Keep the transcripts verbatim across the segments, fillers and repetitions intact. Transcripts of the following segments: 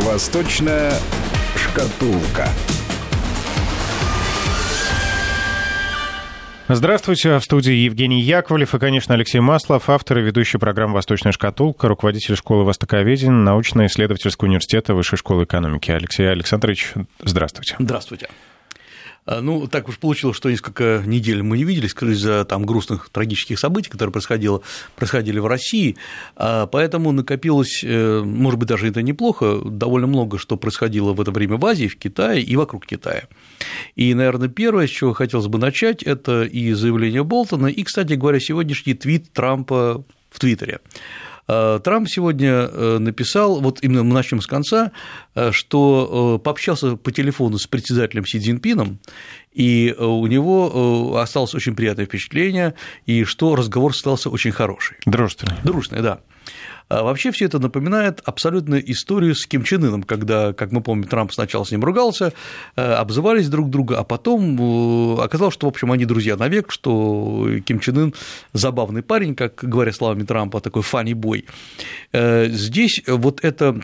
Восточная шкатулка. Здравствуйте, в студии Евгений Яковлев и, конечно, Алексей Маслов, автор и ведущий программы «Восточная шкатулка», руководитель школы востоковедения научно-исследовательского университета Высшей школы экономики. Алексей Александрович, здравствуйте. Здравствуйте. Ну, так уж получилось, что несколько недель мы не виделись из-за там грустных, трагических событий, которые происходило, происходили в России, поэтому накопилось, может быть, даже это неплохо, довольно много, что происходило в это время в Азии, в Китае и вокруг Китая. И, наверное, первое, с чего хотелось бы начать, это и заявление Болтона, и, кстати говоря, сегодняшний твит Трампа в Твиттере. Трамп сегодня написал, вот именно мы начнем с конца, что пообщался по телефону с председателем Си Цзиньпином, и у него осталось очень приятное впечатление, и что разговор остался очень хороший. Дружественный. Дружественный, да. Вообще все это напоминает абсолютно историю с Ким Чен Ыном, когда, как мы помним, Трамп сначала с ним ругался, обзывались друг друга, а потом оказалось, что, в общем, они друзья навек, что Ким Чен Ын забавный парень, как говоря словами Трампа, такой funny boy. Здесь вот это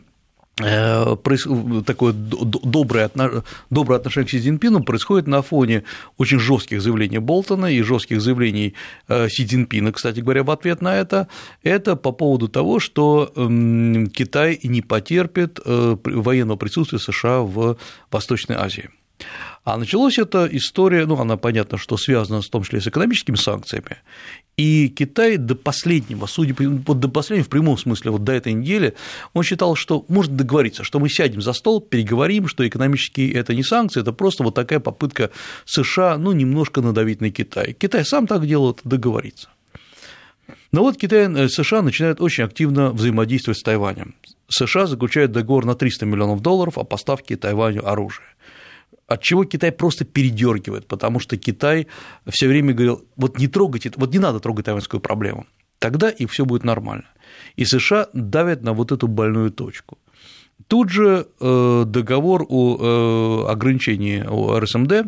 такое доброе отношение к Си Цзиньпину происходит на фоне очень жестких заявлений Болтона и жестких заявлений Си Цзиньпина, кстати говоря, в ответ на это, это по поводу того, что Китай не потерпит военного присутствия США в Восточной Азии. А началась эта история, ну, она, понятно, что связана в том числе с экономическими санкциями, и Китай до последнего, судя по вот до последнего, в прямом смысле, вот до этой недели, он считал, что можно договориться, что мы сядем за стол, переговорим, что экономические это не санкции, это просто вот такая попытка США, ну, немножко надавить на Китай. Китай сам так делает, договориться. Но вот Китай, США начинают очень активно взаимодействовать с Тайванем. США заключают договор на триста миллионов долларов о поставке Тайваню оружия. От чего Китай просто передергивает, потому что Китай все время говорил, вот не трогайте, вот не надо трогать тайваньскую проблему, тогда и все будет нормально. И США давят на вот эту больную точку. Тут же договор о ограничении эр эс эм дэ,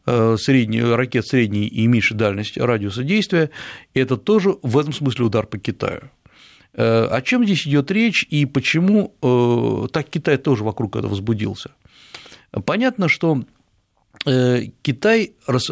ракет средней и меньшей дальности радиуса действия, это тоже в этом смысле удар по Китаю. О чем здесь идет речь и почему так Китай тоже вокруг этого возбудился? Понятно, что Китай,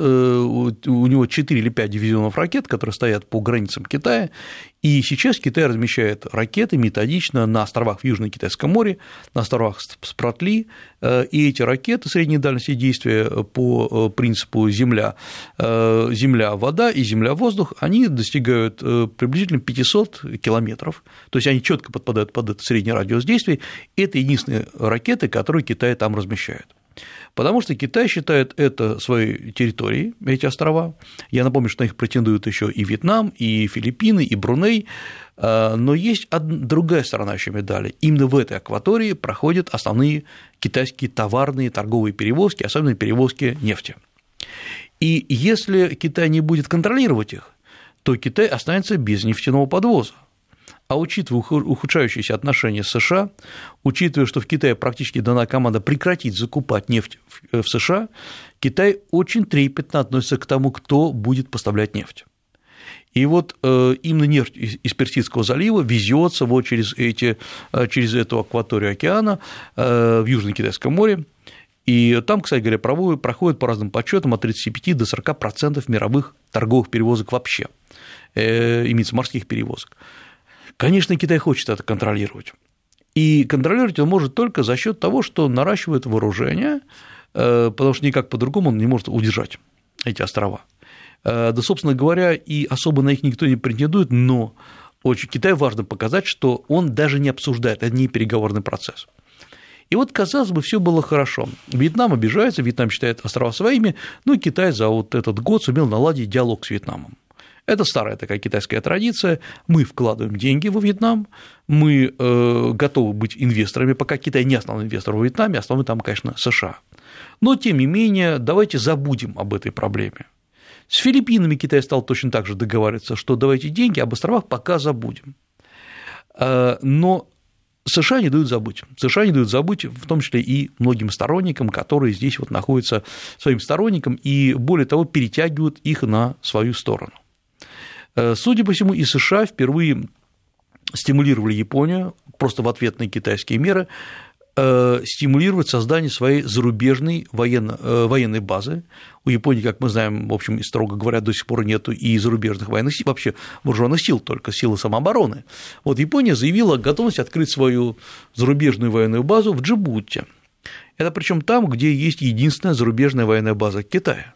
у него четыре или пять дивизионов ракет, которые стоят по границам Китая, и сейчас Китай размещает ракеты методично на островах в Южном Китайском море, на островах Спратли, и эти ракеты средней дальности действия по принципу земля, земля, вода и земля, воздух, они достигают приблизительно пятьсот километров, то есть они четко подпадают под этот средний радиус действия, это единственные ракеты, которые Китай там размещает. Потому что Китай считает это своей территорией, эти острова. Я напомню, что на них претендуют еще и Вьетнам, и Филиппины, и Бруней. Но есть другая сторона еще медали. Именно в этой акватории проходят основные китайские товарные торговые перевозки, особенно перевозки нефти. И если Китай не будет контролировать их, то Китай останется без нефтяного подвоза. А учитывая ухудшающиеся отношения с США, учитывая, что в Китае практически дана команда прекратить закупать нефть в США, Китай очень трепетно относится к тому, кто будет поставлять нефть. И вот именно нефть из Персидского залива везется вот через, эти, через эту акваторию океана в Южном Китайском море. И там, кстати говоря, проходит по разным подсчетам от тридцати пяти до сорока процентов мировых торговых перевозок вообще, имеется морских перевозок. Конечно, Китай хочет это контролировать. И контролировать он может только за счет того, что наращивает вооружение, потому что никак по-другому он не может удержать эти острова. Да, собственно говоря, и особо на них никто не претендует, но очень Китаю важно показать, что он даже не обсуждает, это не переговорный процесс. И вот, казалось бы, все было хорошо. Вьетнам обижается, Вьетнам считает острова своими, но Китай за вот этот год сумел наладить диалог с Вьетнамом. Это старая такая китайская традиция, мы вкладываем деньги во Вьетнам, мы э, готовы быть инвесторами, пока Китай не основной инвестор во Вьетнаме, основной там, конечно, США. Но, тем не менее, давайте забудем об этой проблеме. С Филиппинами Китай стал точно так же договариваться, что давайте деньги, об островах пока забудем. Но США не дают забыть. США не дают забыть, в том числе и многим сторонникам, которые здесь вот находятся своим сторонникам, и, более того, перетягивают их на свою сторону. Судя по всему, и США впервые стимулировали Японию просто в ответ на китайские меры стимулировать создание своей зарубежной военно, военной базы. У Японии, как мы знаем, в общем, строго говоря, до сих пор нету и зарубежных военных сил, вообще вооруженных сил, только силы самообороны. Вот Япония заявила о готовности открыть свою зарубежную военную базу в Джибути. Это причем там, где есть единственная зарубежная военная база Китая.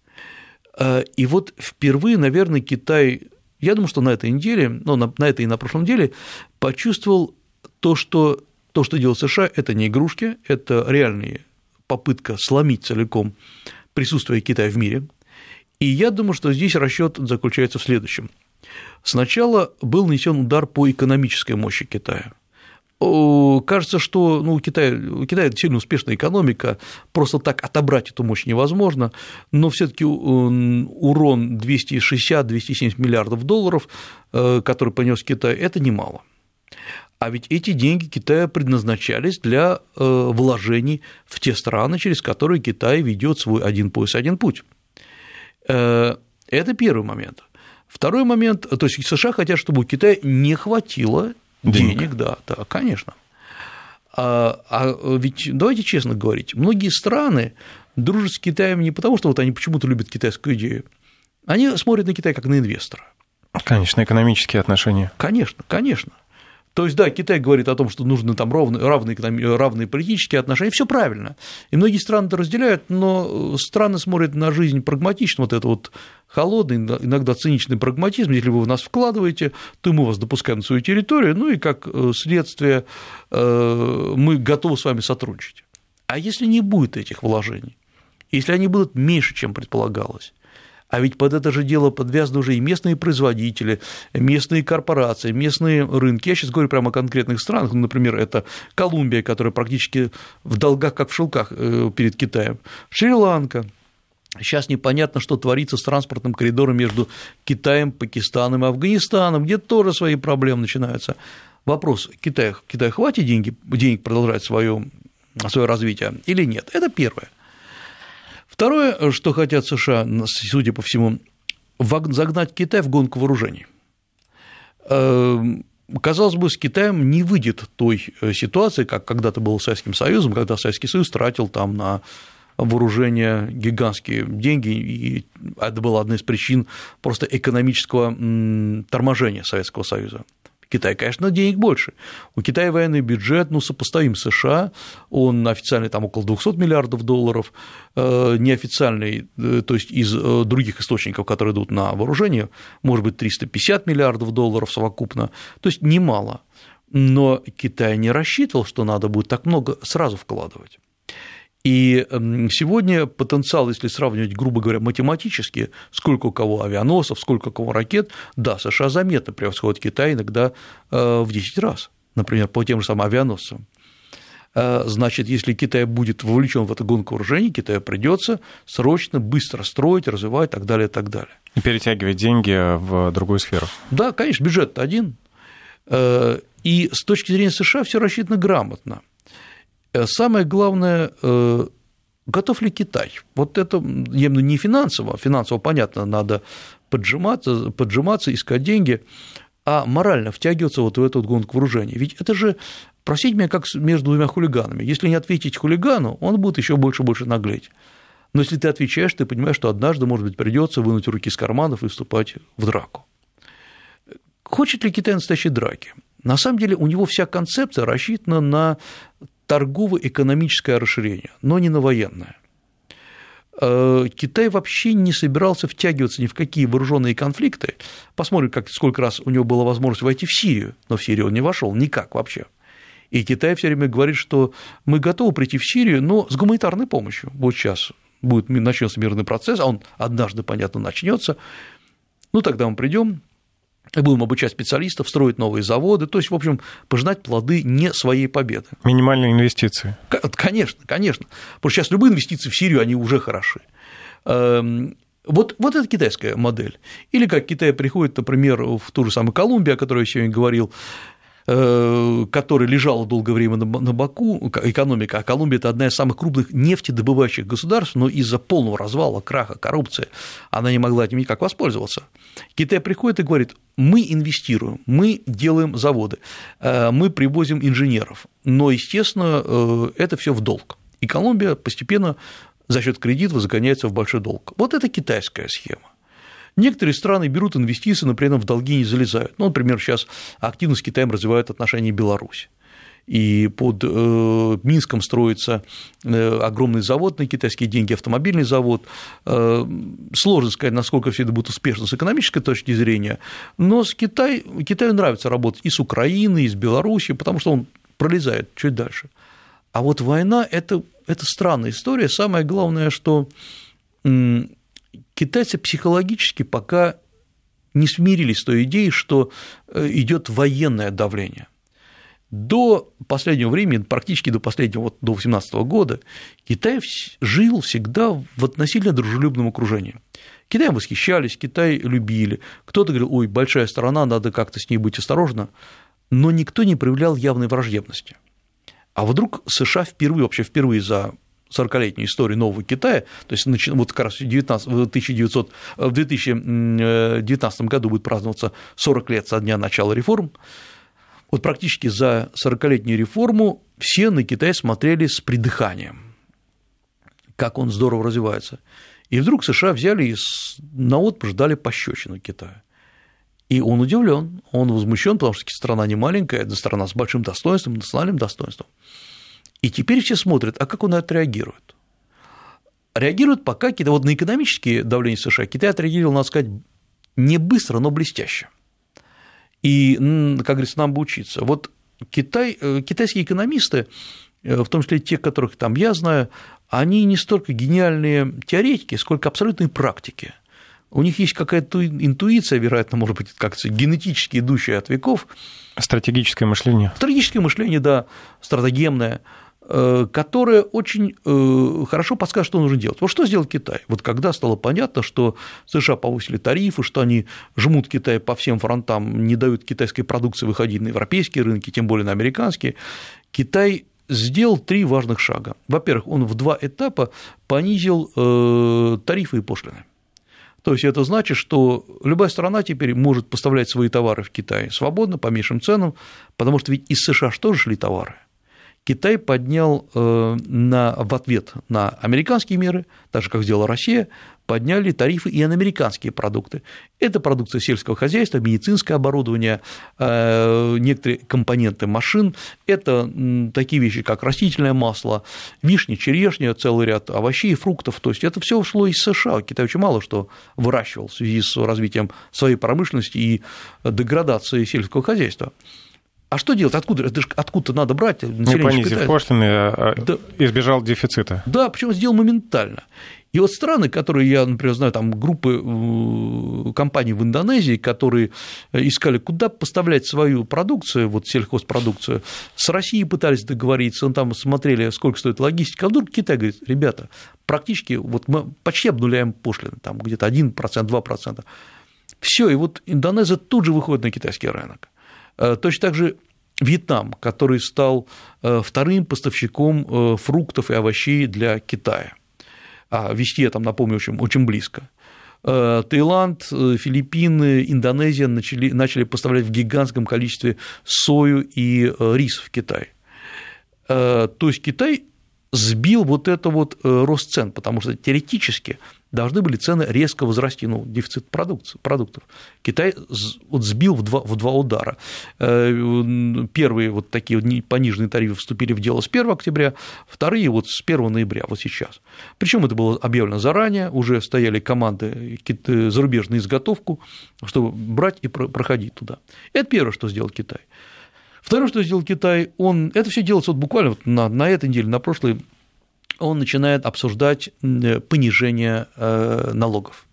И вот впервые, наверное, Китай, я думаю, что на этой неделе, ну, на, на этой и на прошлой неделе почувствовал то, что То, что делает США, это не игрушки, это реальная попытка сломить целиком присутствие Китая в мире. И я думаю, что здесь расчет заключается в следующем. Сначала был нанесен удар по экономической мощи Китая. Кажется, что ну, у Китая, у Китая сильно успешная экономика, просто так отобрать эту мощь невозможно, но все-таки урон двести шестьдесят - двести семьдесят миллиардов долларов, который понес Китай, это немало. А ведь эти деньги Китая предназначались для вложений в те страны, через которые Китай ведет свой один пояс, один путь. Это первый момент. Второй момент, то есть США хотят, чтобы у Китая не хватило денег, денег да, да, конечно. А, а ведь давайте честно говорить, многие страны дружат с Китаем не потому, что вот они почему-то любят китайскую идею, они смотрят на Китай как на инвестора. Конечно, экономические отношения. Конечно, конечно. То есть, да, Китай говорит о том, что нужны там равные, равные, равные политические отношения, все правильно. И многие страны это разделяют, но страны смотрят на жизнь прагматично, вот это вот холодный, иногда циничный прагматизм, если вы в нас вкладываете, то мы вас допускаем на свою территорию, ну и как следствие мы готовы с вами сотрудничать. А если не будет этих вложений, если они будут меньше, чем предполагалось, а ведь под это же дело подвязаны уже и местные производители, местные корпорации, местные рынки. Я сейчас говорю прямо о конкретных странах, например, это Колумбия, которая практически в долгах, как в шелках перед Китаем, Шри-Ланка. Сейчас непонятно, что творится с транспортным коридором между Китаем, Пакистаном и Афганистаном, где тоже свои проблемы начинаются. Вопрос, Китаю, Китаю хватит деньги, денег продолжать свое, свое развитие или нет? Это первое. Второе, что хотят США, судя по всему, загнать Китай в гонку вооружений. Казалось бы, с Китаем не выйдет той ситуации, как когда-то было с Советским Союзом, когда Советский Союз тратил там на вооружение гигантские деньги, и это была одна из причин просто экономического торможения Советского Союза. Китай, конечно, денег больше. У Китая военный бюджет, ну, сопоставим с США, он официальный там около двухсот миллиардов долларов, неофициальный, то есть из других источников, которые идут на вооружение, может быть, триста пятьдесят миллиардов долларов совокупно, то есть немало. Но Китай не рассчитывал, что надо будет так много сразу вкладывать. И сегодня потенциал, если сравнивать, грубо говоря, математически, сколько у кого авианосцев, сколько у кого ракет, да, США заметно превосходит Китай иногда в десять раз, например, по тем же самым авианосцам. Значит, если Китай будет вовлечен в эту гонку вооружений, Китаю придется срочно, быстро строить, развивать и так далее, и так далее. И перетягивать деньги в другую сферу. Да, конечно, бюджет-то один. И с точки зрения США все рассчитано грамотно. Самое главное, готов ли Китай? Вот это именно не финансово, финансово, понятно, надо поджиматься, поджиматься, искать деньги, а морально втягиваться вот в эту гонку вооружений. Ведь это же, простите меня, как между двумя хулиганами. Если не ответить хулигану, он будет еще больше и больше наглеть. Но если ты отвечаешь, ты понимаешь, что однажды, может быть, придется вынуть руки из карманов и вступать в драку. Хочет ли Китай настоящей драки? На самом деле у него вся концепция рассчитана на торгово-экономическое расширение, но не на военное. Китай вообще не собирался втягиваться ни в какие вооруженные конфликты. Посмотрим, как, сколько раз у него была возможность войти в Сирию, но в Сирию он не вошел никак вообще. И Китай все время говорит, что мы готовы прийти в Сирию, но с гуманитарной помощью. Вот сейчас будет, начнется мирный процесс, а он однажды, понятно, начнется. Ну, тогда мы придем. Будем обучать специалистов, строить новые заводы, то есть, в общем, пожинать плоды не своей победы. Минимальные инвестиции. Конечно, конечно. Потому что сейчас любые инвестиции в Сирию, они уже хороши. Вот, вот это китайская модель. Или как Китай приходит, например, в ту же самую Колумбию, о которой я сегодня говорил, которая лежала долгое время на боку, экономика, а Колумбия – это одна из самых крупных нефтедобывающих государств, но из-за полного развала, краха, коррупции она не могла этим никак воспользоваться. Китай приходит и говорит: мы инвестируем, мы делаем заводы, мы привозим инженеров, но, естественно, это все в долг. И Колумбия постепенно за счет кредитов загоняется в большой долг. Вот это китайская схема. Некоторые страны берут инвестиции, но при этом в долги не залезают. Ну, например, сейчас активно с Китаем развивают отношения Беларусь. И под э, Минском строится э, огромный завод на китайские деньги, автомобильный завод. Э, сложно сказать, насколько все это будет успешно с экономической точки зрения, но с Китай, Китаю нравится работать и с Украиной, и с Беларусью, потому что он пролезает чуть дальше. А вот война – это, это странная история. Самое главное, что китайцы психологически пока не смирились с той идеей, что идет военное давление. До последнего времени, практически до последнего, вот, до две тысячи восемнадцатого года, Китай жил всегда в относительно дружелюбном окружении. Китаем восхищались, Китай любили. Кто-то говорил: ой, большая страна, надо как-то с ней быть осторожно, но никто не проявлял явной враждебности. А вдруг США впервые, вообще впервые за сорокалетнюю историю нового Китая, то есть вот как раз в две тысячи девятнадцатом году будет праздноваться сорок лет со дня начала реформ, вот практически за сорокалетнюю реформу все на Китай смотрели с придыханием, как он здорово развивается. И вдруг США взяли и наотпуск дали пощечину Китаю. И он удивлен, он возмущен, потому что страна не маленькая, это страна с большим достоинством, национальным достоинством. И теперь все смотрят, а как он отреагирует. Реагирует пока Китай, вот на экономические давления США Китай отреагировал, надо сказать, не быстро, но блестяще. И, как говорится, нам бы учиться. Вот Китай, китайские экономисты, в том числе те, которых там я знаю, они не столько гениальные теоретики, сколько абсолютные практики. У них есть какая-то интуиция, вероятно, может быть, как-то генетически идущая от веков. Стратегическое мышление. Стратегическое мышление, да, стратегемное, которое очень хорошо подскажет, что нужно делать. Вот что сделал Китай? Вот когда стало понятно, что США повысили тарифы, что они жмут Китай по всем фронтам, не дают китайской продукции выходить на европейские рынки, тем более на американские, Китай сделал три важных шага. Во-первых, он в два этапа понизил тарифы и пошлины. То есть это значит, что любая страна теперь может поставлять свои товары в Китай свободно, по меньшим ценам, потому что ведь из США же тоже шли товары. Китай поднял на, в ответ на американские меры, так же, как сделала Россия, подняли тарифы и на американские продукты. Это продукция сельского хозяйства, медицинское оборудование, некоторые компоненты машин, это такие вещи, как растительное масло, вишня, черешня, целый ряд овощей и фруктов. То есть это все шло из США. Китай очень мало что выращивал в связи с развитием своей промышленности и деградацией сельского хозяйства. А что делать? Откуда? Это же откуда-то надо брать. Не понизив пошлины, да. Избежал дефицита. Да, причем сделал моментально. И вот страны, которые я, например, знаю, там группы компаний в Индонезии, которые искали, куда поставлять свою продукцию, вот сельхозпродукцию, с Россией пытались договориться, там смотрели, сколько стоит логистика, а вдруг Китай говорит: ребята, практически вот мы почти обнуляем пошлины, там где-то один процент, два процента. Все, и вот Индонезия тут же выходит на китайский рынок. Точно так же Вьетнам, который стал вторым поставщиком фруктов и овощей для Китая. А везде, там, напомню, очень, очень близко. Таиланд, Филиппины, Индонезия начали, начали поставлять в гигантском количестве сою и рис в Китай. То есть Китай сбил вот это вот рост цен, потому что теоретически должны были цены резко возрасти, ну, дефицит продукции, продуктов. Китай вот сбил в два, в два удара. Первые вот такие вот пониженные тарифы вступили в дело с первого октября, вторые вот с первого ноября, вот сейчас. Причем это было объявлено заранее, уже стояли команды зарубежную изготовку, чтобы брать и проходить туда. Это первое, что сделал Китай. Второе, что сделал Китай, он, это все делается вот буквально вот на, на этой неделе, на прошлой, он начинает обсуждать понижение налогов.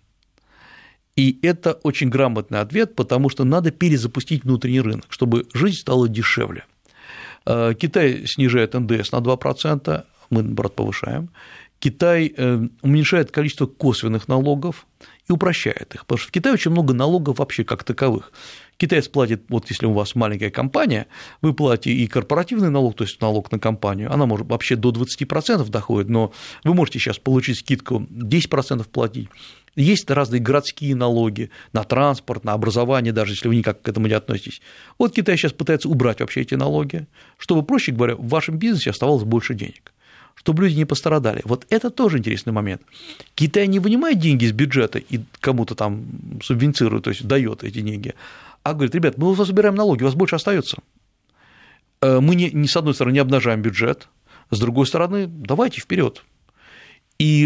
И это очень грамотный ответ, потому что надо перезапустить внутренний рынок, чтобы жизнь стала дешевле. Китай снижает эн дэ эс на два процента, мы, наоборот, повышаем. Китай уменьшает количество косвенных налогов и упрощает их, потому что в Китае очень много налогов вообще как таковых. китаец платит, вот если у вас маленькая компания, вы платите и корпоративный налог, то есть налог на компанию, она может вообще до двадцать процентов доходит, но вы можете сейчас получить скидку десять процентов платить. Есть разные городские налоги на транспорт, на образование, даже если вы никак к этому не относитесь. Вот Китай сейчас пытается убрать вообще эти налоги, чтобы, проще говоря, в вашем бизнесе оставалось больше денег, чтобы люди не пострадали. Вот это тоже интересный момент. Китай не вынимает деньги из бюджета и кому-то там субвенцирует, то есть дает эти деньги, а говорит: ребят, мы у вас убираем налоги, у вас больше остается. Мы, не, не, с одной стороны, не обнажаем бюджет, с другой стороны, давайте вперед. И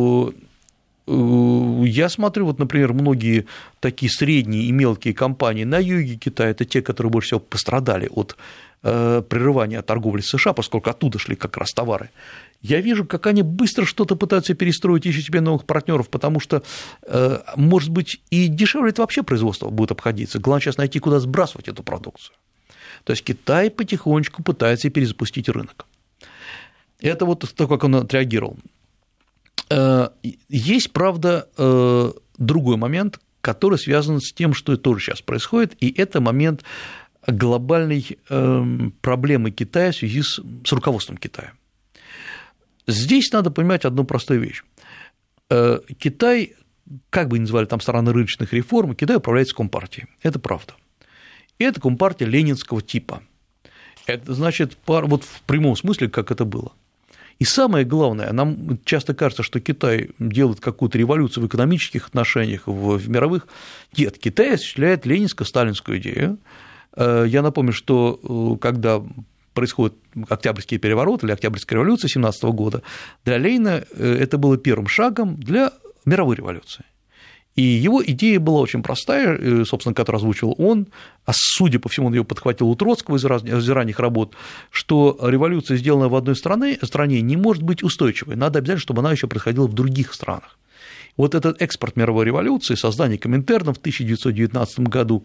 я смотрю, вот, например, многие такие средние и мелкие компании на юге Китая, это те, которые больше всего пострадали от прерывания торговли с США, поскольку оттуда шли как раз товары. Я вижу, как они быстро что-то пытаются перестроить, ищут себе новых партнеров, потому что, может быть, и дешевле это вообще производство будет обходиться. Главное сейчас найти, куда сбрасывать эту продукцию. То есть Китай потихонечку пытается перезапустить рынок. Это вот то, как он отреагировал. Есть, правда, другой момент, который связан с тем, что тоже сейчас происходит, и это момент глобальной проблемы Китая в связи с, с руководством Китая. Здесь надо понимать одну простую вещь. Китай, как бы ни называли там стороны рыночных реформ, Китай управляется Компартией. Это правда. И это Компартия ленинского типа. Это значит, вот в прямом смысле, как это было. И самое главное, нам часто кажется, что Китай делает какую-то революцию в экономических отношениях, в мировых. Нет, Китай осуществляет ленинско-сталинскую идею. Я напомню, что когда происходит Октябрьский переворот или Октябрьская революция семнадцатого года, для Ленина это было первым шагом для мировой революции. И его идея была очень простая, собственно, которую озвучил он, а судя по всему, он ее подхватил у Троцкого из, раз... из ранних работ, что революция, сделанная в одной стране, стране, не может быть устойчивой, надо обязательно, чтобы она еще происходила в других странах. Вот этот экспорт мировой революции, создание Коминтерна в тысяча девятьсот девятнадцатом году,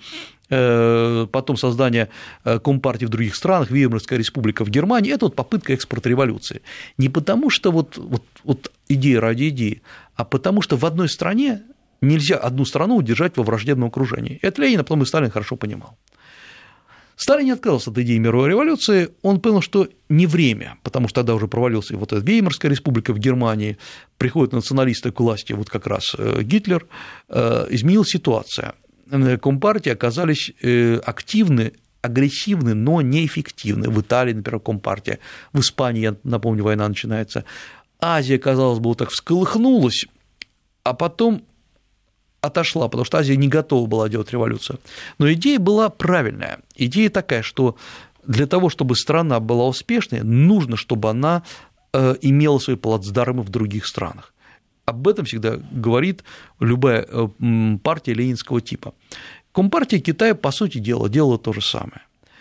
потом создание Компартии в других странах, Веймарская республика в Германии – это вот попытка экспорта революции. Не потому, что вот, вот, вот идея ради идеи, а потому, что в одной стране нельзя одну страну удержать во враждебном окружении. Это Ленин, а потом и Сталин хорошо понимал. Сталин не отказался от идеи мировой революции, он понял, что не время, потому что тогда уже провалился вот эта Веймарская республика в Германии, приходят националисты к власти, вот как раз Гитлер, изменилась ситуация. Компартии оказались активны, агрессивны, но неэффективны. В Италии, например, Компартия, в Испании, я напомню, война начинается. Азия, казалось бы, вот так всколыхнулась, а потом отошла, потому что Азия не готова была делать революцию. Но идея была правильная. Идея такая, что для того, чтобы страна была успешной, нужно, чтобы она имела свои плацдармы в других странах. Об этом всегда говорит любая партия ленинского типа. Компартия Китая, по сути дела, делала то же самое.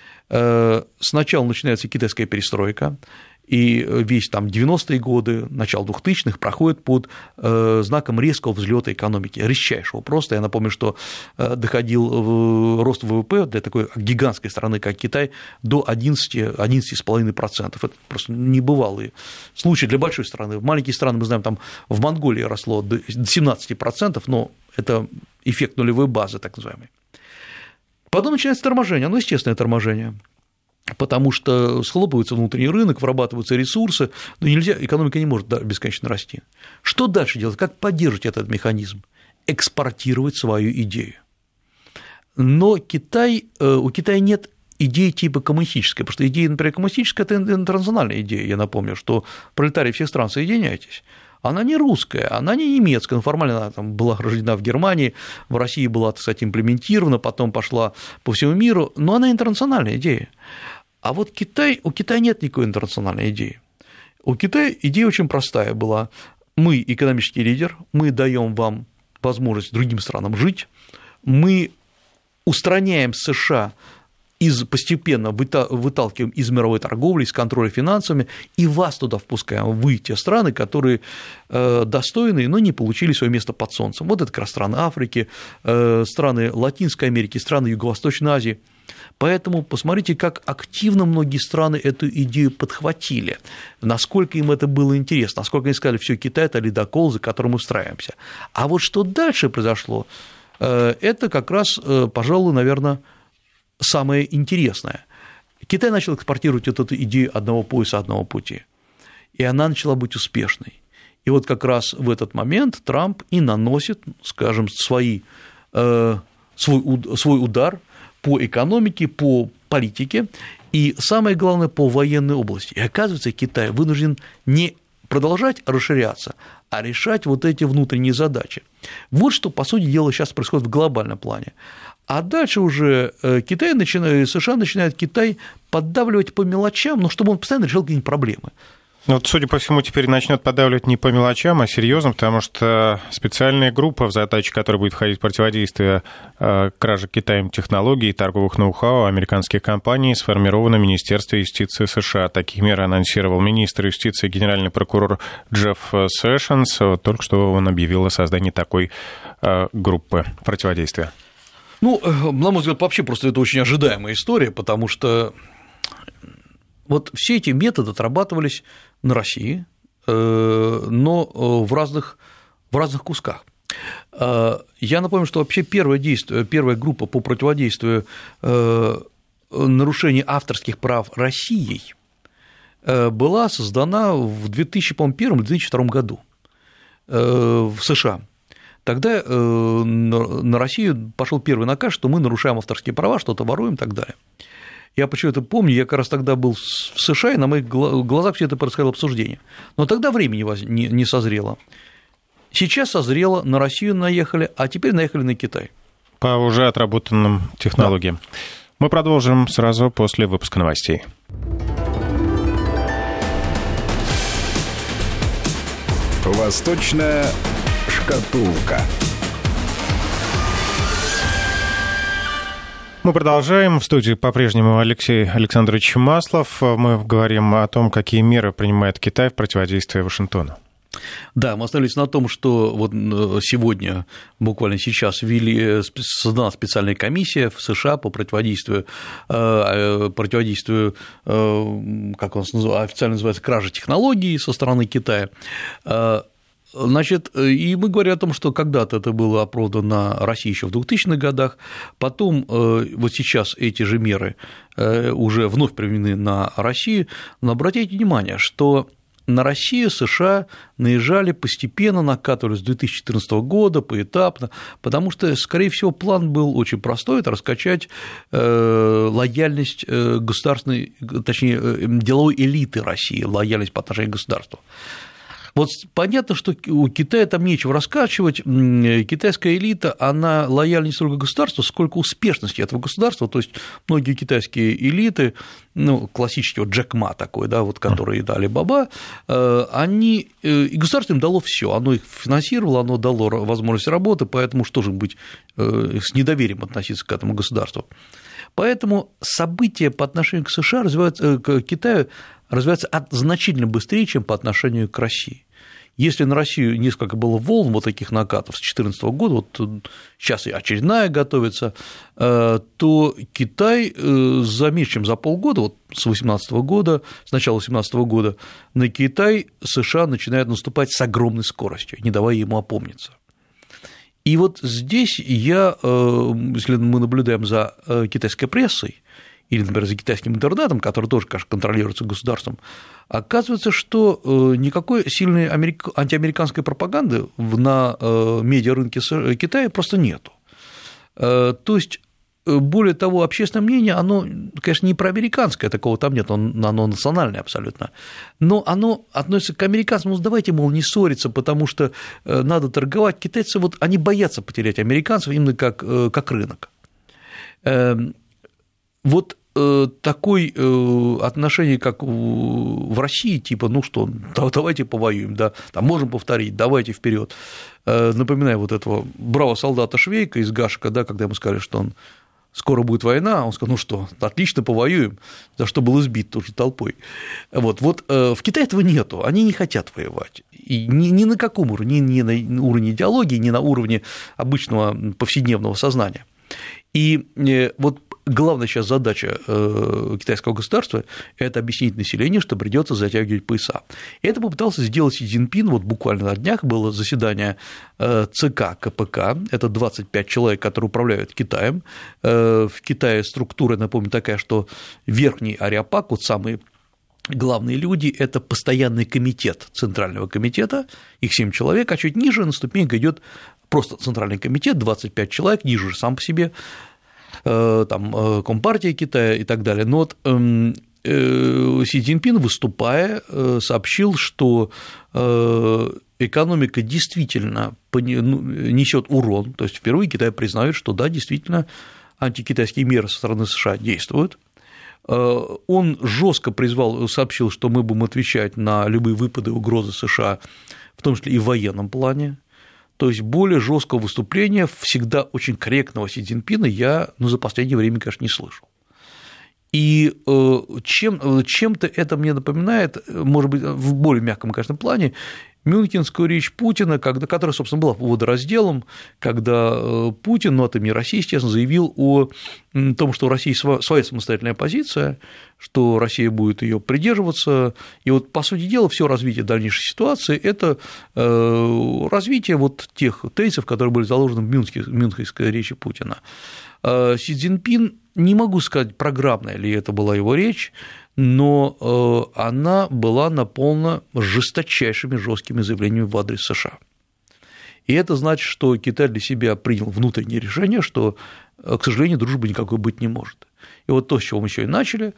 Сначала начинается китайская перестройка, и весь там девяностые годы, начало двухтысячных проходит под знаком резкого взлета экономики, резчайшего просто. Я напомню, что доходил рост ВВП для такой гигантской страны, как Китай, до одиннадцати-одиннадцати целых пяти десятых процента. Это просто небывалый случай для большой страны. В маленькие страны, мы знаем, там в Монголии росло до семнадцати процентов, но это эффект нулевой базы, так называемый. Потом начинается торможение, оно естественное торможение. Потому что схлопывается внутренний рынок, вырабатываются ресурсы, но нельзя, экономика не может бесконечно расти. Что дальше делать? Как поддерживать этот механизм? Экспортировать свою идею. Но Китай, у Китая нет идеи типа коммунистической, потому что идея, например, коммунистическая – это интернациональная идея. Я напомню, что пролетарии всех стран, соединяйтесь. Она не русская, она не немецкая, но формально она там была рождена в Германии, в России была, кстати, имплементирована, потом пошла по всему миру, но она интернациональная идея. А вот Китай, у Китая нет никакой интернациональной идеи. У Китая идея очень простая была. Мы экономический лидер, мы даем вам возможность другим странам жить, мы устраняем США из, постепенно выталкиваем из мировой торговли, из контроля финансами, и вас туда впускаем, вы те страны, которые достойны, но не получили свое место под солнцем. Вот это как раз страны Африки, страны Латинской Америки, страны Юго-Восточной Азии. Поэтому посмотрите, как активно многие страны эту идею подхватили, насколько им это было интересно, насколько они сказали: все, Китай – это ледокол, за которым мы устраиваемся. А вот что дальше произошло, это как раз, пожалуй, наверное, самое интересное. Китай начал экспортировать вот эту идею одного пояса, одного пути, и она начала быть успешной. И вот как раз в этот момент Трамп и наносит, скажем, свои, э, свой, свой удар по экономике, по политике и, самое главное, по военной области. И оказывается, Китай вынужден не продолжать расширяться, а решать вот эти внутренние задачи. Вот что, по сути дела, сейчас происходит в глобальном плане. А дальше уже Китай начинает, США начинают Китай поддавливать по мелочам, но чтобы он постоянно решал какие-нибудь проблемы. Ну, вот, судя по всему, теперь начнет поддавливать не по мелочам, а серьезно, потому что специальная группа, в задачи которой будет входить противодействие э, краже Китаем технологий и торговых ноу-хау американских компаний, сформирована в Министерстве юстиции США. Такие меры анонсировал министр юстиции и генеральный прокурор Джефф Сэшенс. Только что он объявил о создании такой э, группы противодействия. Ну, на мой взгляд, вообще просто это очень ожидаемая история, потому что вот все эти методы отрабатывались на России, но в разных, в разных кусках. Я напомню, что вообще первое действие, первая группа по противодействию нарушению авторских прав Россией была создана в две тысячи первом - две тысячи втором году в США. Тогда на Россию пошел первый наказ, что мы нарушаем авторские права, что-то воруем и так далее. Я почему-то помню, я как раз тогда был в США, и на моих глазах все это происходило обсуждение. Но тогда времени не созрело. Сейчас созрело, на Россию наехали, а теперь наехали на Китай. По уже отработанным технологиям. Да. Мы продолжим сразу после выпуска новостей. Восточная шкатулка. Мы продолжаем. В студии по-прежнему Алексей Александрович Маслов. Мы говорим о том, какие меры принимает Китай в противодействии Вашингтону. Да, мы остановились на том, что вот сегодня, буквально сейчас, ввели, создана специальная комиссия в США по противодействию, противодействию, как он официально называется, краже технологий со стороны Китая. Значит, и мы говорим о том, что когда-то это было оправдано на России еще в двухтысячных годах, потом вот сейчас эти же меры уже вновь применены на Россию, но обратите внимание, что на Россию США наезжали постепенно, накатывались с две тысячи четырнадцатого года, поэтапно, потому что, скорее всего, план был очень простой – это раскачать лояльность государственной, точнее, деловой элиты России, лояльность по отношению к государству. Вот понятно, что у Китая там нечего раскачивать, китайская элита, она лояльна не столько государству, сколько успешности этого государства, то есть многие китайские элиты, ну, классический вот Джек Ма такой, да, вот, который дали Баба, они, и государство им дало все, оно их финансировало, оно дало возможность работы, поэтому что же быть с недоверием относиться к этому государству. Поэтому события по отношению к США развиваются, к Китаю развиваются значительно быстрее, чем по отношению к России. Если на Россию несколько было волн вот таких накатов с две тысячи четырнадцатого года, вот сейчас и очередная готовится, то Китай за меньше, чем за полгода, вот с две тысячи восемнадцатого года, с начала две тысячи семнадцатого года, на Китай США начинают наступать с огромной скоростью, не давая ему опомниться. И вот здесь я, если мы наблюдаем за китайской прессой, или, например, за китайским интернетом, который тоже, конечно, контролируется государством, оказывается, что никакой сильной антиамериканской пропаганды на медиарынке Китая просто нету. То есть, более того, общественное мнение, оно, конечно, не проамериканское, такого там нет, оно национальное абсолютно, но оно относится к американцам, ну, давайте, мол, не ссориться, потому что надо торговать. Китайцы, вот, они боятся потерять американцев именно как, как рынок. Вот такое отношение, как в России, типа, ну что, давайте повоюем, да, там можем повторить, давайте вперед. Напоминаю вот этого бравого солдата Швейка из Гашека, да, когда ему сказали, что он скоро будет война, он сказал, ну что, отлично, повоюем, за что был избит тоже толпой. Вот, вот в Китае этого нету, они не хотят воевать, и ни, ни на каком уровне, ни на уровне идеологии, ни на уровне обычного повседневного сознания. И вот главная сейчас задача китайского государства – это объяснить населению, что придется затягивать пояса. И это попытался сделать Си Цзиньпин, вот буквально на днях было заседание ЦК КПК, это двадцать пять человек, которые управляют Китаем. В Китае структура, напомню, такая, что верхний ареопаг, вот самые главные люди – это постоянный комитет Центрального комитета, их семь человек, а чуть ниже на ступеньках идет просто Центральный комитет, двадцать пять человек, ниже уже сам по себе, там Компартия Китая и так далее. Но вот Си Цзиньпин, выступая, сообщил, что экономика действительно несет урон, то есть впервые Китай признает, что да, действительно антикитайские меры со стороны США действуют. Он жестко призвал, сообщил, что мы будем отвечать на любые выпады и угрозы США, в том числе и в военном плане. То есть более жесткого выступления, всегда очень корректного Си Цзиньпина я, ну, за последнее время, конечно, не слышал. И чем, чем-то это мне напоминает, может быть, в более мягком, конечно, плане, мюнхенскую речь Путина, когда, которая, собственно, была водоразделом, когда Путин, ну, это не Россия, естественно, заявил о том, что у России своя самостоятельная позиция, что Россия будет ее придерживаться. И вот, по сути дела, все развитие дальнейшей ситуации – это развитие вот тех тезисов, которые были заложены в мюнхенской речи Путина. Си Цзиньпин, не могу сказать, программная ли это была его речь, но она была наполнена жесточайшими, жесткими заявлениями в адрес США. И это значит, что Китай для себя принял внутреннее решение, что, к сожалению, дружбы никакой быть не может. И вот то, с чего мы еще и начали,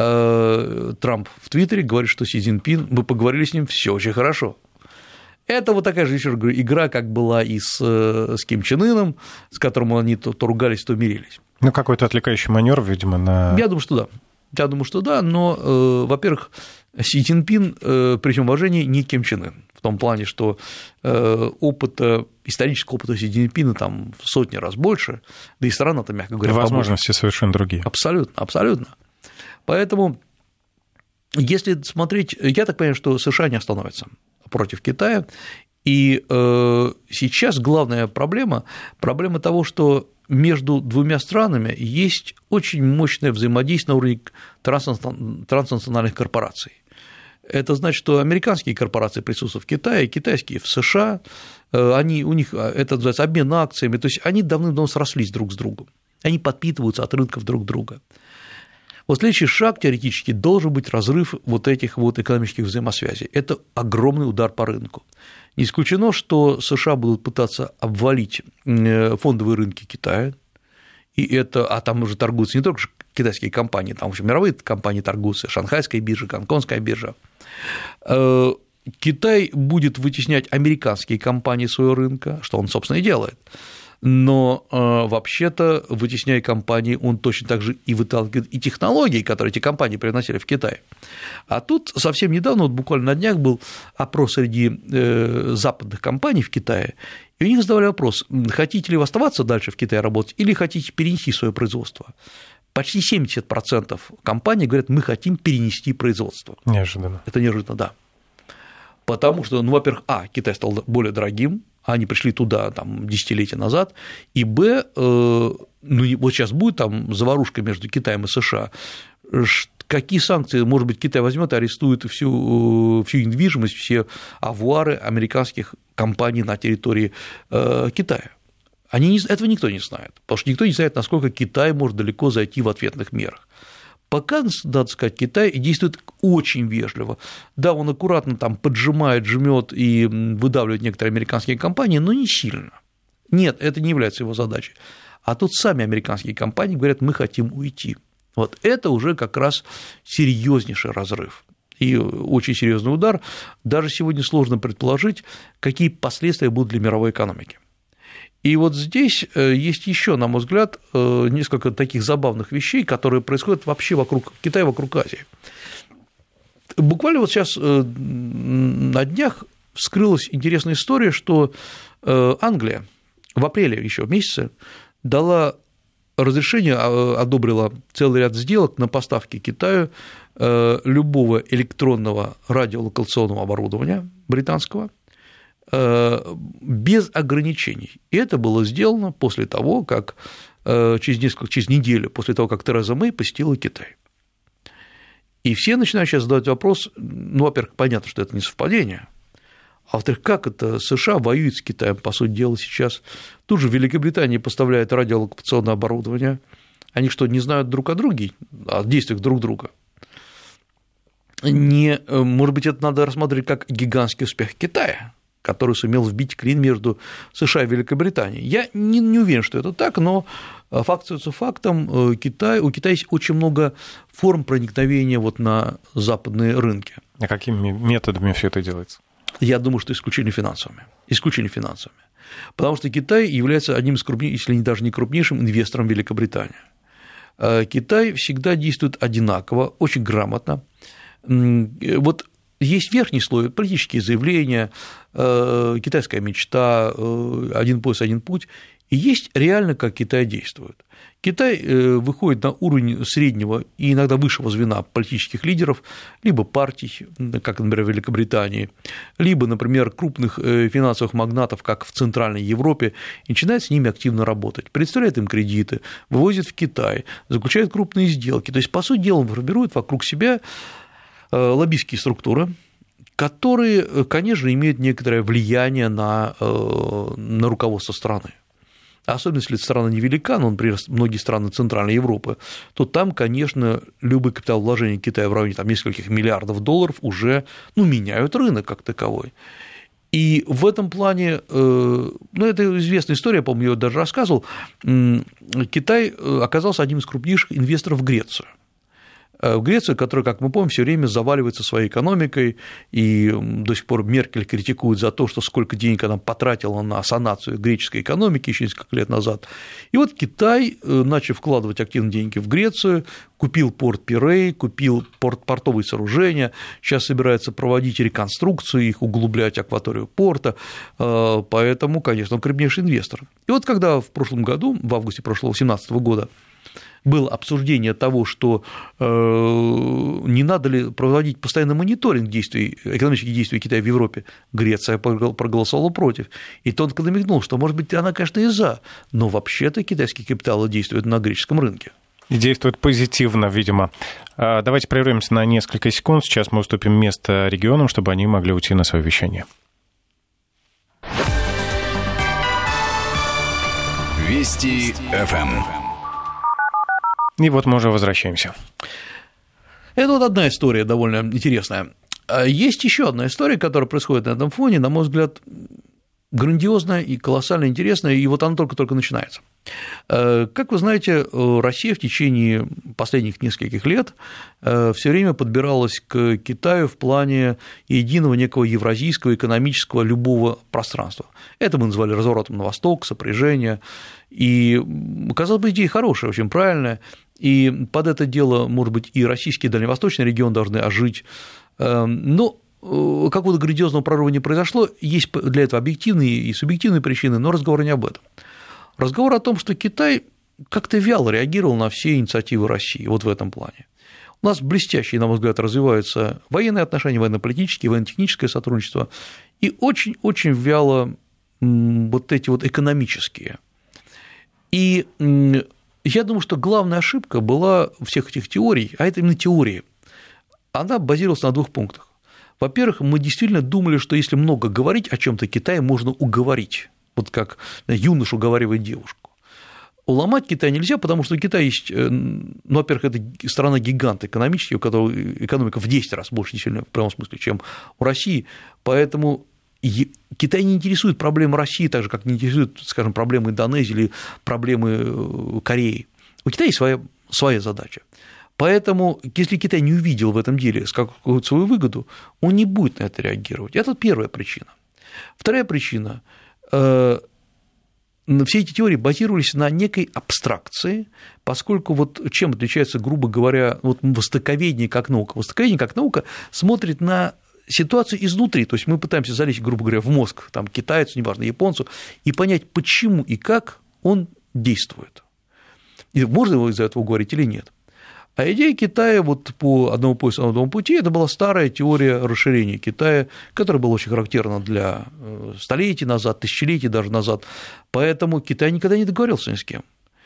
Трамп в Твиттере говорит, что Си Цзиньпин, мы поговорили с ним, все очень хорошо. Это вот такая же еще игра, как была и с, с Ким Чен Ыном, с которым они то, то ругались, то мирились. Ну, какой-то отвлекающий маневр, видимо, на… Я думаю, что да. Я думаю, что да, но, э, во-первых, Си Цзиньпин, э, при всем уважении, не Ким Чен Ын, в том плане, что э, опыта, исторического опыта Си Цзиньпина там в сотни раз больше, да и страна-то, мягко говоря, возможности побольше. Совершенно другие. Абсолютно, абсолютно. Поэтому, если смотреть, я так понимаю, что США не остановятся против Китая, и э, сейчас главная проблема, проблема того, что между двумя странами есть очень мощное взаимодействие на уровне транснациональных корпораций. Это значит, что американские корпорации присутствуют в Китае, китайские в США, они, у них это называется обмен акциями, то есть они давным-давно срослись друг с другом, они подпитываются от рынков друг друга. Вот следующий шаг теоретически должен быть разрыв вот этих вот экономических взаимосвязей. Это огромный удар по рынку. Не исключено, что США будут пытаться обвалить фондовые рынки Китая, и это, а там уже торгуются не только китайские компании, там уже мировые компании торгуются, шанхайская биржа, гонконгская биржа. Китай будет вытеснять американские компании своего рынка, что он, собственно, и делает. Но э, вообще-то, вытесняя компании, он точно так же и выталкивает и технологии, которые эти компании приносили в Китай. А тут совсем недавно, вот буквально на днях был опрос среди э, западных компаний в Китае, и у них задавали вопрос, хотите ли вы оставаться дальше в Китае работать или хотите перенести свое производство. Почти семьдесят процентов компаний говорят, мы хотим перенести производство. Неожиданно. Это неожиданно, да. Потому что, ну, во-первых, а, Китай стал более дорогим, они пришли туда там, десятилетия назад, и б, э, ну, вот сейчас будет там заварушка между Китаем и США, какие санкции, может быть, Китай возьмет и арестует всю, всю недвижимость, все авуары американских компаний на территории э, Китая. Они не, этого никто не знает, потому что никто не знает, насколько Китай может далеко зайти в ответных мерах. Пока, надо сказать, Китай действует очень вежливо. Да, он аккуратно там поджимает, жмет и выдавливает некоторые американские компании, но не сильно. Нет, это не является его задачей. А тут сами американские компании говорят, мы хотим уйти. Вот это уже как раз серьезнейший разрыв и очень серьезный удар. Даже сегодня сложно предположить, какие последствия будут для мировой экономики. И вот здесь есть еще, на мой взгляд, несколько таких забавных вещей, которые происходят вообще вокруг Китая, вокруг Азии. Буквально вот сейчас на днях вскрылась интересная история, что Англия в апреле еще месяце дала разрешение, одобрила целый ряд сделок на поставки Китаю любого электронного радиолокационного оборудования британского без ограничений. И это было сделано после того, как через, несколько, через неделю после того, как Тереза Мэй посетила Китай. И все начинают сейчас задавать вопрос, ну, во-первых, понятно, что это не совпадение, а во-вторых, как это США воюет с Китаем, по сути дела, сейчас? Тут же Великобритания поставляет радиолокационное оборудование, они что, не знают друг о друге, о действиях друг друга? Не, может быть, это надо рассматривать как гигантский успех Китая, который сумел вбить клин между США и Великобританией. Я не, не уверен, что это так, но факт остается фактом, Китай, у Китая есть очень много форм проникновения вот на западные рынки. А какими методами все это делается? Я думаю, что исключительно финансовыми. Исключительно финансовыми. Потому что Китай является одним из крупнейших, если даже не крупнейшим инвестором Великобритании. Китай всегда действует одинаково, очень грамотно. Вот есть верхний слой, политические заявления, китайская мечта, один пояс, один путь, и есть реально, как Китай действует. Китай выходит на уровень среднего и иногда высшего звена политических лидеров, либо партий, как, например, в Великобритании, либо, например, крупных финансовых магнатов, как в Центральной Европе, и начинает с ними активно работать, предоставляет им кредиты, вывозит в Китай, заключает крупные сделки. То есть, по сути дела, формирует вокруг себя лоббистские структуры, которые, конечно, имеют некоторое влияние на, на руководство страны. Особенно если страна невелика, ну, например, многие страны Центральной Европы, то там, конечно, любые капиталовложения Китая в районе там, нескольких миллиардов долларов уже ну, меняют рынок как таковой. И в этом плане, ну, это известная история, я помню, я даже рассказывал, Китай оказался одним из крупнейших инвесторов в Грецию. В Грецию, которая, как мы помним, все время заваливается своей экономикой, и до сих пор Меркель критикует за то, что сколько денег она потратила на санацию греческой экономики еще несколько лет назад. И вот Китай, начав вкладывать активно деньги в Грецию, купил порт Пирей, купил порт, портовые сооружения, сейчас собирается проводить реконструкцию, их углублять акваторию порта, поэтому, конечно, он крупнейший инвестор. И вот когда в прошлом году, в августе прошлого две тысячи семнадцатого года, было обсуждение того, что э, не надо ли проводить постоянный мониторинг действий, экономических действий Китая в Европе, Греция проголосовала против. И тонко намекнул, что, может быть, она, конечно, и за, но вообще-то китайские капиталы действуют на греческом рынке. И действует позитивно, видимо. Давайте прервемся на несколько секунд. Сейчас мы уступим место регионам, чтобы они могли уйти на свое вещание. Вести эф эм. И вот мы уже возвращаемся. Это вот одна история довольно интересная. Есть еще одна история, которая происходит на этом фоне, на мой взгляд, грандиозная и колоссально интересная, и вот она только-только начинается. Как вы знаете, Россия в течение последних нескольких лет все время подбиралась к Китаю в плане единого некого евразийского экономического любого пространства. Это мы называли разворотом на восток, сопряжение, и, казалось бы, идея хорошая, очень правильная, и под это дело, может быть, и российский и дальневосточный регион должны ожить, но какого-то грандиозного прорыва не произошло, есть для этого объективные и субъективные причины, но разговор не об этом. Разговор о том, что Китай как-то вяло реагировал на все инициативы России вот в этом плане. У нас блестящие, на мой взгляд, развиваются военные отношения, военно-политические, военно-техническое сотрудничество, и очень-очень вяло вот эти вот экономические. И я думаю, что главная ошибка была всех этих теорий, а это именно теории, она базировалась на двух пунктах. Во-первых, мы действительно думали, что если много говорить о чем-то, Китай можно уговорить, вот как юнош уговаривает девушку. Уломать Китай нельзя, потому что у Китая есть, ну, во-первых, это страна-гигант экономический, у которого экономика в десять раз больше, действительно, в прямом смысле, чем у России, поэтому Китай не интересует проблемы России, так же, как не интересует, скажем, проблемы Индонезии или проблемы Кореи. У Китая есть своя, своя задача. Поэтому, если Китай не увидел в этом деле какую-то свою выгоду, он не будет на это реагировать. Это первая причина. Вторая причина – все эти теории базировались на некой абстракции, поскольку вот чем отличается, грубо говоря, вот востоковедение как наука? Востоковедение как наука смотрит на ситуацию изнутри, то есть мы пытаемся залезть, грубо говоря, в мозг там, китайцу, неважно, японцу, и понять, почему и как он действует. И можно его из-за этого говорить или нет. А идея Китая вот по одному поясу, одному пути – это была старая теория расширения Китая, которая была очень характерна для столетий назад, тысячелетий даже назад, поэтому Китай никогда не договорился ни с кем.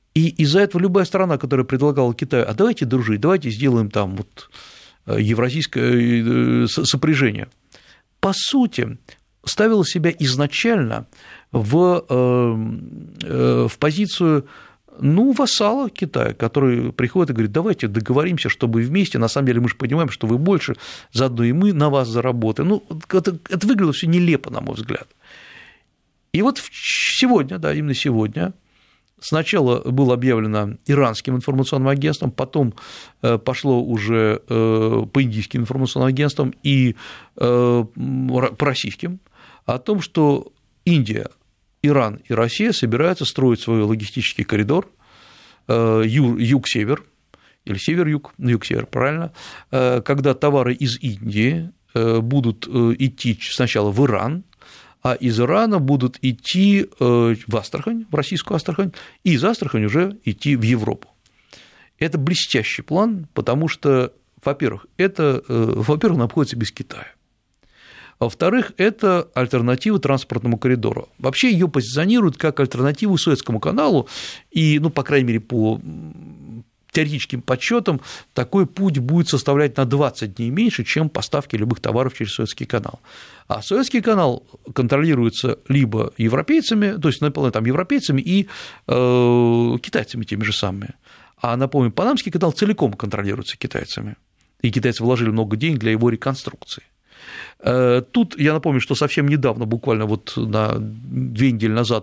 И из-за этого любая страна, которая предлагала Китаю, а давайте дружить, давайте сделаем там вот евразийское сопряжение, по сути, ставила себя изначально в, в позицию, ну, вассала Китая, который приходит и говорит, давайте договоримся, чтобы вместе, на самом деле мы же понимаем, что вы больше, заодно и мы на вас заработаем. Ну, это, это выглядело все нелепо, на мой взгляд. И вот сегодня, да, именно сегодня, сначала было объявлено иранским информационным агентством, потом пошло уже по индийским информационным агентствам и по российским о том, что Индия, Иран и Россия собираются строить свой логистический коридор юг-север, или север-юг, юг-север, правильно, когда товары из Индии будут идти сначала в Иран, а из Ирана будут идти в Астрахань, в российскую Астрахань, и из Астрахани уже идти в Европу. Это блестящий план, потому что, во-первых, это, во-первых, он обходится без Китая. Во-вторых, это альтернатива транспортному коридору. Вообще ее позиционируют как альтернативу Суэцкому каналу, и, ну, по крайней мере, по теоретическим подсчетам, такой путь будет составлять на двадцать дней меньше, чем поставки любых товаров через Суэцкий канал. А Суэцкий канал контролируется либо европейцами, то есть наполовину там европейцами и э, китайцами теми же самыми. А, напомню, Панамский канал целиком контролируется китайцами, и китайцы вложили много денег для его реконструкции. Тут я напомню, что совсем недавно, буквально вот на две недели назад,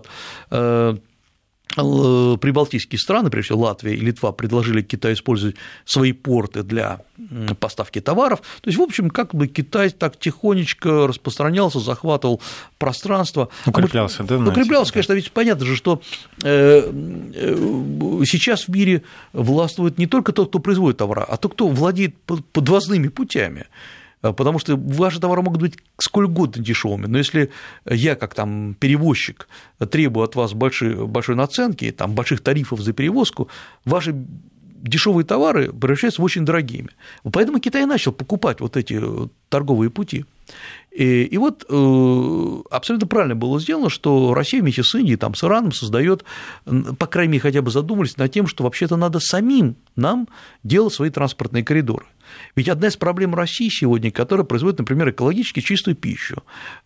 прибалтийские страны, прежде всего Латвия и Литва, предложили Китаю использовать свои порты для поставки товаров. То есть, в общем, как бы Китай так тихонечко распространялся, захватывал пространство. Укреплялся, да? Укреплялся, конечно, ведь понятно же, что сейчас в мире властвует не только тот, кто производит товары, а тот, кто владеет подвозными путями. Потому что ваши товары могут быть сколь угодно дешевыми, но если я, как там перевозчик, требую от вас большой, большой наценки, там, больших тарифов за перевозку, ваши дешевые товары превращаются в очень дорогими. Поэтому Китай начал покупать вот эти торговые пути. И, и вот э, абсолютно правильно было сделано, что Россия вместе с Индией, там, с Ираном создает, по крайней мере, хотя бы задумались над тем, что вообще-то надо самим нам делать свои транспортные коридоры. Ведь одна из проблем России сегодня, которая производит, например, экологически чистую пищу,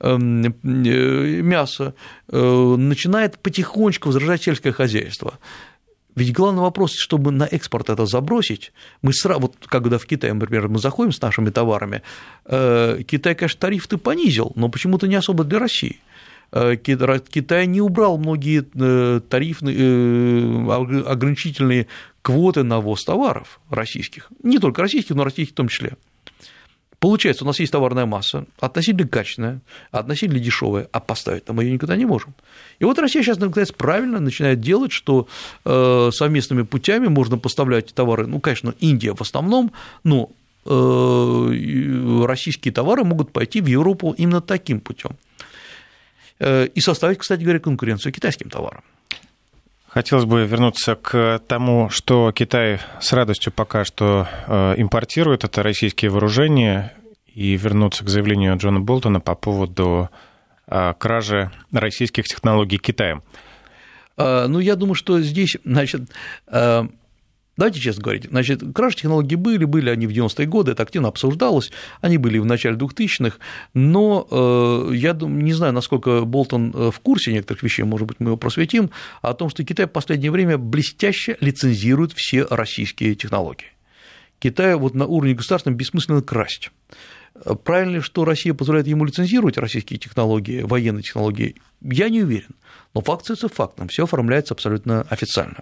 мясо, начинает потихонечку возрождать сельское хозяйство. Ведь главный вопрос, чтобы на экспорт это забросить, мы сразу, вот когда в Китай, например, мы заходим с нашими товарами, Китай, конечно, тариф-то понизил, но почему-то не особо для России. Китай не убрал многие тарифные, ограничительные квоты на ввоз товаров российских, не только российских, но российских в том числе. Получается, у нас есть товарная масса, относительно качественная, относительно дешевая, а поставить мы ее никогда не можем. И вот Россия сейчас, наконец, правильно начинает делать, что совместными путями можно поставлять товары, ну, конечно, Индия в основном, но российские товары могут пойти в Европу именно таким путем. И составить, кстати говоря, конкуренцию китайским товарам. Хотелось бы вернуться к тому, что Китай с радостью пока что импортирует, это российские вооружения, и вернуться к заявлению Джона Болтона по поводу кражи российских технологий Китаем. Ну, я думаю, что здесь, значит, давайте честно говорить, значит, кражи технологий были, были они в девяностые годы, это активно обсуждалось, они были в начале двухтысячных, но я не знаю, насколько Болтон в курсе некоторых вещей, может быть, мы его просветим, о том, что Китай в последнее время блестяще лицензирует все российские технологии. Китай вот на уровне государственном бессмысленно красть. Правильно ли, что Россия позволяет ему лицензировать российские технологии, военные технологии, я не уверен, но факт остается фактом, все оформляется абсолютно официально.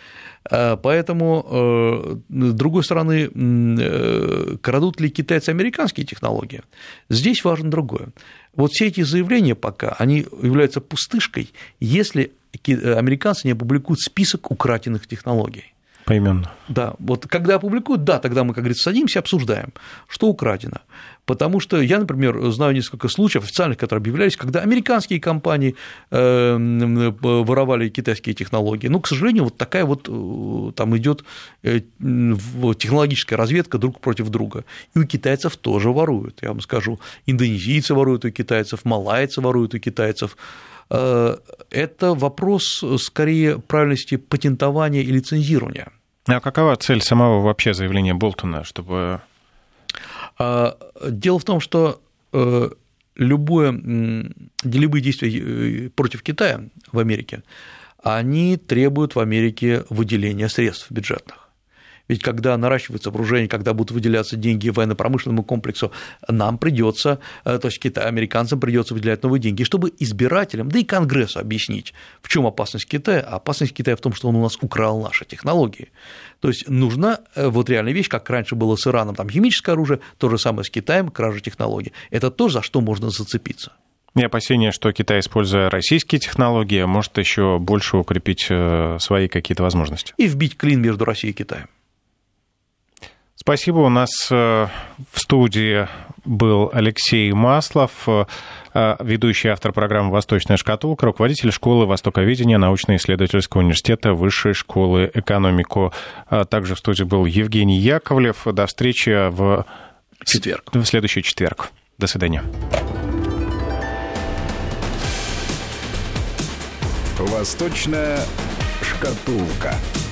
Поэтому, с другой стороны, крадут ли китайцы американские технологии? Здесь важно другое. Вот все эти заявления пока, они являются пустышкой, если американцы не опубликуют список украденных технологий. Поименно. Да, вот когда опубликуют, да, тогда мы, как говорится, садимся, обсуждаем, что украдено. Потому что я, например, знаю несколько случаев официальных, которые объявлялись, когда американские компании воровали китайские технологии. Но, к сожалению, вот такая вот там идет технологическая разведка друг против друга. И у китайцев тоже воруют, я вам скажу. Индонезийцы воруют у китайцев, малайцы воруют у китайцев. это вопрос скорее правильности патентования и лицензирования. А какова цель самого вообще заявления Болтона, чтобы... Дело в том, что любое, любые действия против Китая в Америке, они требуют в Америке выделения средств бюджетных. Ведь когда наращивается вооружение, когда будут выделяться деньги военно-промышленному комплексу, нам придется, то есть Китай, американцам придется выделять новые деньги, чтобы избирателям, да и Конгрессу объяснить, в чем опасность Китая. А опасность Китая в том, что он у нас украл наши технологии. То есть нужна вот реальная вещь, как раньше было с Ираном, там химическое оружие, то же самое с Китаем, кража технологий. Это то, за что можно зацепиться. И опасения, что Китай, используя российские технологии, может еще больше укрепить свои какие-то возможности. И вбить клин между Россией и Китаем. Спасибо. У нас в студии был Алексей Маслов, ведущий автор программы «Восточная шкатулка», руководитель школы востоковедения научно-исследовательского университета Высшей школы экономику. Также в студии был Евгений Яковлев. До встречи в, четверг. в следующий четверг. До свидания. «Восточная шкатулка».